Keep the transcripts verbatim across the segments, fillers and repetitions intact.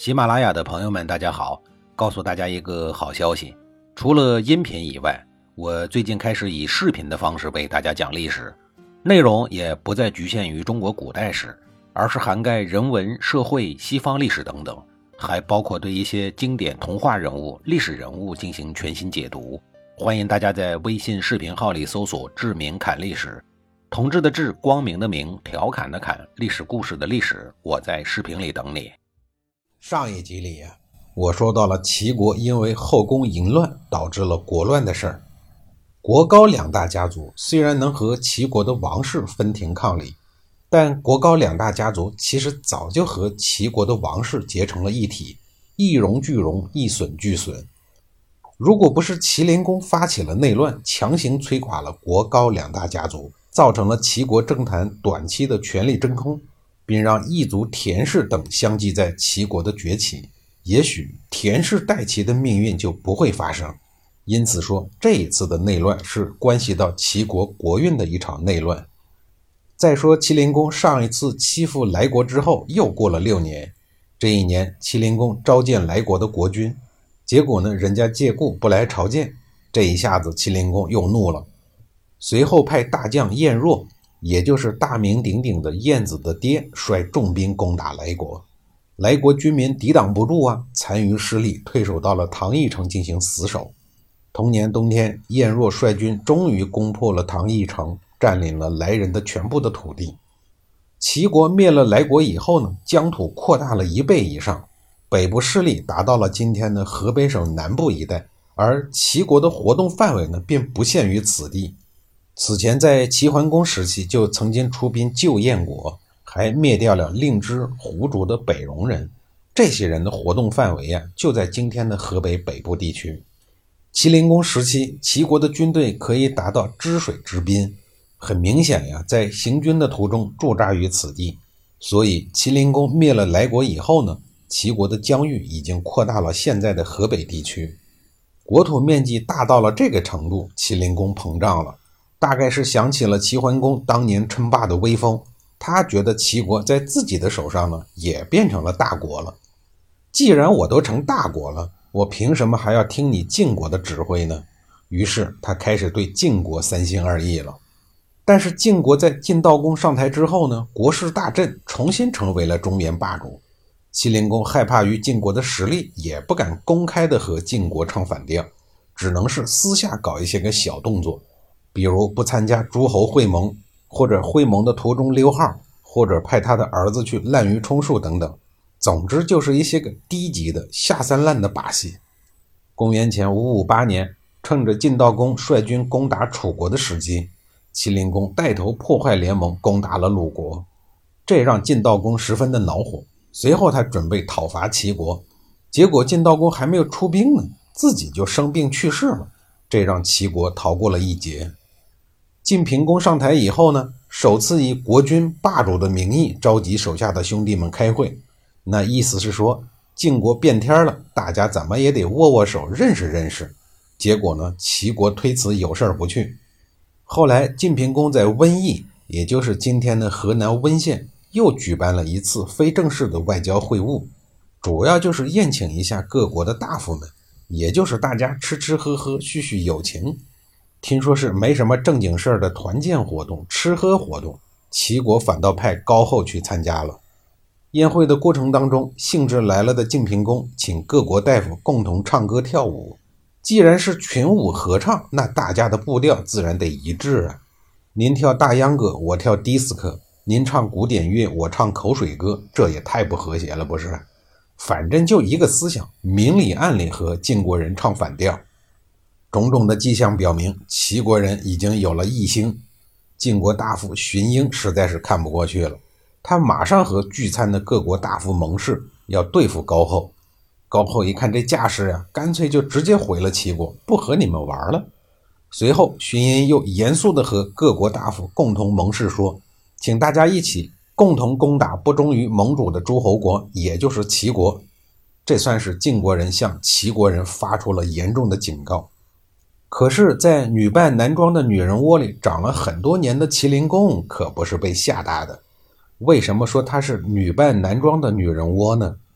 喜马拉雅的朋友们大家好，告诉大家一个好消息，除了音频以外，我最近开始以视频的方式为大家讲历史，内容也不再局限于中国古代史，而是涵盖人文、社会、西方历史等等，还包括对一些经典童话人物、历史人物进行全新解读。欢迎大家在微信视频号里搜索志明侃历史，同志的志，光明的明，调侃的侃，历史故事的历史，我在视频里等你。 上一集里啊，我说到了齐国因为后宫淫乱导致了国乱的事儿。国高两大家族虽然能和齐国的王室分庭抗礼，但国高两大家族其实早就和齐国的王室结成了一体，一荣俱荣，一损俱损。如果不是齐灵公发起了内乱，强行摧垮了国高两大家族，造成了齐国政坛短期的权力真空，并让异族田氏等相继在齐国的崛起，也许田氏代齐的命运就不会发生。因此说，这一次的内乱是关系到齐国国运的一场内乱。再说齐灵公上一次欺负莱国之后又过了六年，这一年齐灵公召见莱国的国君，结果呢，人家借故不来朝见，这一下子齐灵公又怒了，随后派大将晏若，也就是大名鼎鼎的晏子的爹，率重兵攻打莱国。莱国军民抵挡不住啊，残余势力退守到了唐邑城进行死守。同年冬天，晏若率军终于攻破了唐邑城，占领了莱人的全部的土地。齐国灭了莱国以后呢，疆土扩大了一倍以上，北部势力达到了今天的河北省南部一带，而齐国的活动范围呢，并不限于此地。此前在齐桓公时期就曾经出兵救燕国，还灭掉了令支、胡族的北戎人，这些人的活动范围啊，就在今天的河北北部地区。齐灵公时期，齐国的军队可以达到支水之滨，很明显呀，在行军的途中驻扎于此地。所以齐灵公灭了莱国以后呢，齐国的疆域已经扩大了现在的河北地区，国土面积大到了这个程度，齐灵公膨胀了，大概是想起了齐桓公当年称霸的威风，他觉得齐国在自己的手上呢，也变成了大国了。既然我都成大国了，我凭什么还要听你晋国的指挥呢？于是他开始对晋国三心二意了。但是晋国在晋悼公上台之后呢，国势大振，重新成为了中原霸主。齐灵公害怕于晋国的实力，也不敢公开的和晋国唱反调，只能是私下搞一些个小动作，比如不参加诸侯会盟，或者会盟的途中溜号，或者派他的儿子去滥竽充数等等。总之就是一些个低级的下三滥的把戏。公元前五百五十八年，趁着晋悼公率军攻打楚国的时机，齐灵公带头破坏联盟，攻打了鲁国，这让晋悼公十分的恼火。随后他准备讨伐齐国，结果晋悼公还没有出兵呢，自己就生病去世了，这让齐国逃过了一劫。晋平公上台以后呢，首次以国君霸主的名义召集手下的兄弟们开会，那意思是说晋国变天了，大家怎么也得握握手认识认识。结果呢，齐国推辞有事不去。后来晋平公在温邑，也就是今天的河南温县，又举办了一次非正式的外交会晤，主要就是宴请一下各国的大夫们，也就是大家吃吃喝喝叙叙友情。听说是没什么正经事儿的团建活动、吃喝活动，齐国反倒派高后去参加了。宴会的过程当中，兴致来了的晋平公请各国大夫共同唱歌跳舞。既然是群舞合唱，那大家的步调自然得一致啊。您跳大秧歌，我跳迪斯科，您唱古典乐，我唱口水歌，这也太不和谐了，不是？反正就一个思想，明里暗里和晋国人唱反调。种种的迹象表明，齐国人已经有了异心。晋国大夫荀英实在是看不过去了，他马上和聚餐的各国大夫盟誓，要对付高后。高后一看这架势呀、啊，干脆就直接回了齐国，不和你们玩了。随后荀英又严肃地和各国大夫共同盟誓说，请大家一起共同攻打不忠于盟主的诸侯国，也就是齐国。这算是晋国人向齐国人发出了严重的警告。可是在女扮男装的女人窝里长了很多年的齐灵公可不是被吓大的。为什么说她是女扮男装的女人窝呢？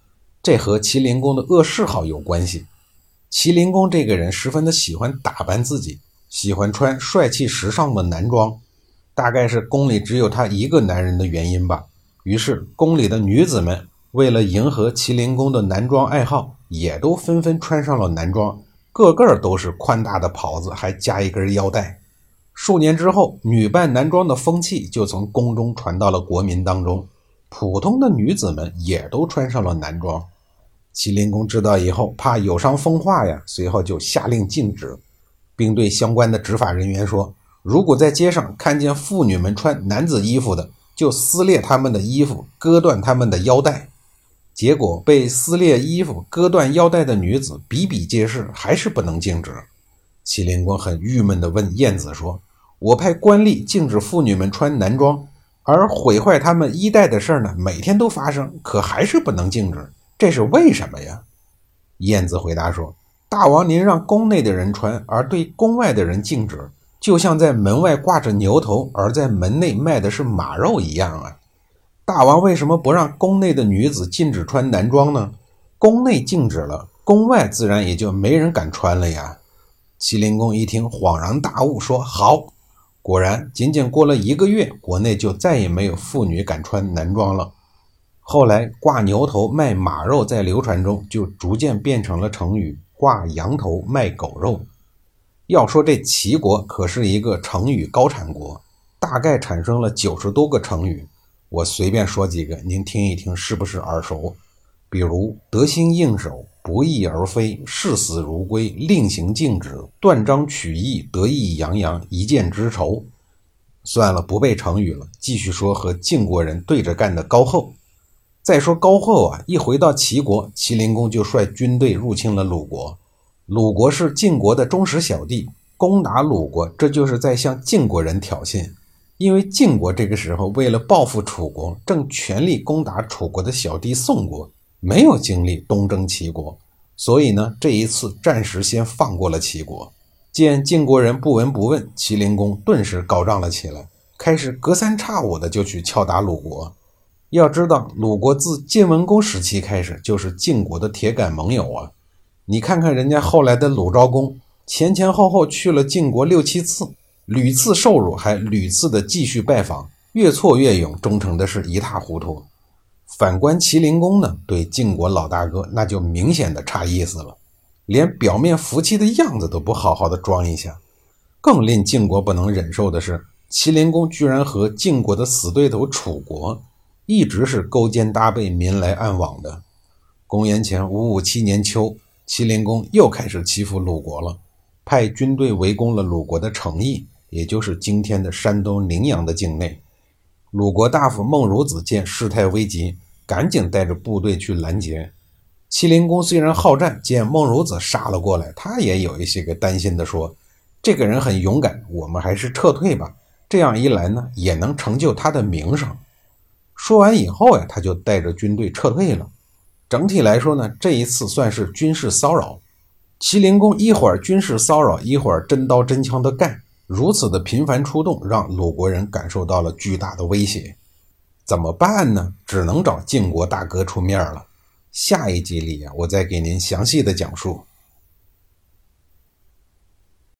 这和麒麟公的恶嗜好有关系。麒麟公这个人十分的喜欢打扮自己，喜欢穿帅气时尚的男装，大概是宫里只有他一个男人的原因吧。于是宫里的女子们为了迎合麒麟公的男装爱好，也都纷纷穿上了男装，个个都是宽大的袍子，还加一根腰带。数年之后，女扮男装的风气就从宫中传到了国民当中，普通的女子们也都穿上了男装。麒麟公知道以后，怕有伤风化呀，随后就下令禁止，并对相关的执法人员说，如果在街上看见妇女们穿男子衣服的，就撕裂他们的衣服，割断他们的腰带。结果被撕裂衣服、割断腰带的女子比比皆是，还是不能禁止。麒麟公很郁闷地问晏子说，我派官吏禁止妇女们穿男装，而毁坏他们衣带的事呢，每天都发生，可还是不能禁止，这是为什么呀？晏子回答说，大王您让宫内的人穿，而对宫外的人禁止，就像在门外挂着牛头，而在门内卖的是马肉一样啊。大王为什么不让宫内的女子禁止穿男装呢？宫内禁止了，宫外自然也就没人敢穿了呀。麒麟公一听恍然大悟，说好。果然仅仅过了一个月，国内就再也没有妇女敢穿男装了。后来挂牛头卖马肉在流传中就逐渐变成了成语挂羊头卖狗肉。要说这齐国可是一个成语高产国，大概产生了九十多个成语，我随便说几个，您听一听是不是耳熟？比如得心应手、不翼而飞、视死如归、令行禁止、断章取义、得意洋洋、一箭之仇。算了，不背成语了，继续说和晋国人对着干的高后。再说高后啊，一回到齐国，麒麟公就率军队入侵了鲁国。鲁国是晋国的忠实小弟，攻打鲁国，这就是在向晋国人挑衅。因为晋国这个时候为了报复楚国，正全力攻打楚国的小弟宋国，没有精力东征齐国，所以呢，这一次暂时先放过了齐国。见晋国人不闻不问，麒麟公顿时高涨了起来，开始隔三差五的就去敲打鲁国。要知道，鲁国自晋文公时期开始就是晋国的铁杆盟友啊。你看看人家后来的鲁昭公，前前后后去了晋国六七次，屡次受辱，还屡次的继续拜访，越挫越勇，忠诚的是一塌糊涂。反观麒麟公呢，对晋国老大哥那就明显的差意思了，连表面服气的样子都不好好的装一下。更令晋国不能忍受的是，麒麟公居然和晋国的死对头楚国一直是勾肩搭背、明来暗往的。公元前五五七年秋，麒麟公又开始欺负鲁国了，派军队围攻了鲁国的城邑，也就是今天的山东临阳的境内。鲁国大夫孟孺子见事态危急，赶紧带着部队去拦截。麒麟公虽然好战，见孟孺子杀了过来，他也有一些个担心的说，这个人很勇敢，我们还是撤退吧，这样一来呢，也能成就他的名声。说完以后呀，他就带着军队撤退了。整体来说呢，这一次算是军事骚扰。麒麟公一会儿军事骚扰，一会儿真刀真枪的干，如此的频繁出动，让鲁国人感受到了巨大的威胁。怎么办呢？只能找晋国大哥出面了。下一集里啊，我再给您详细的讲述。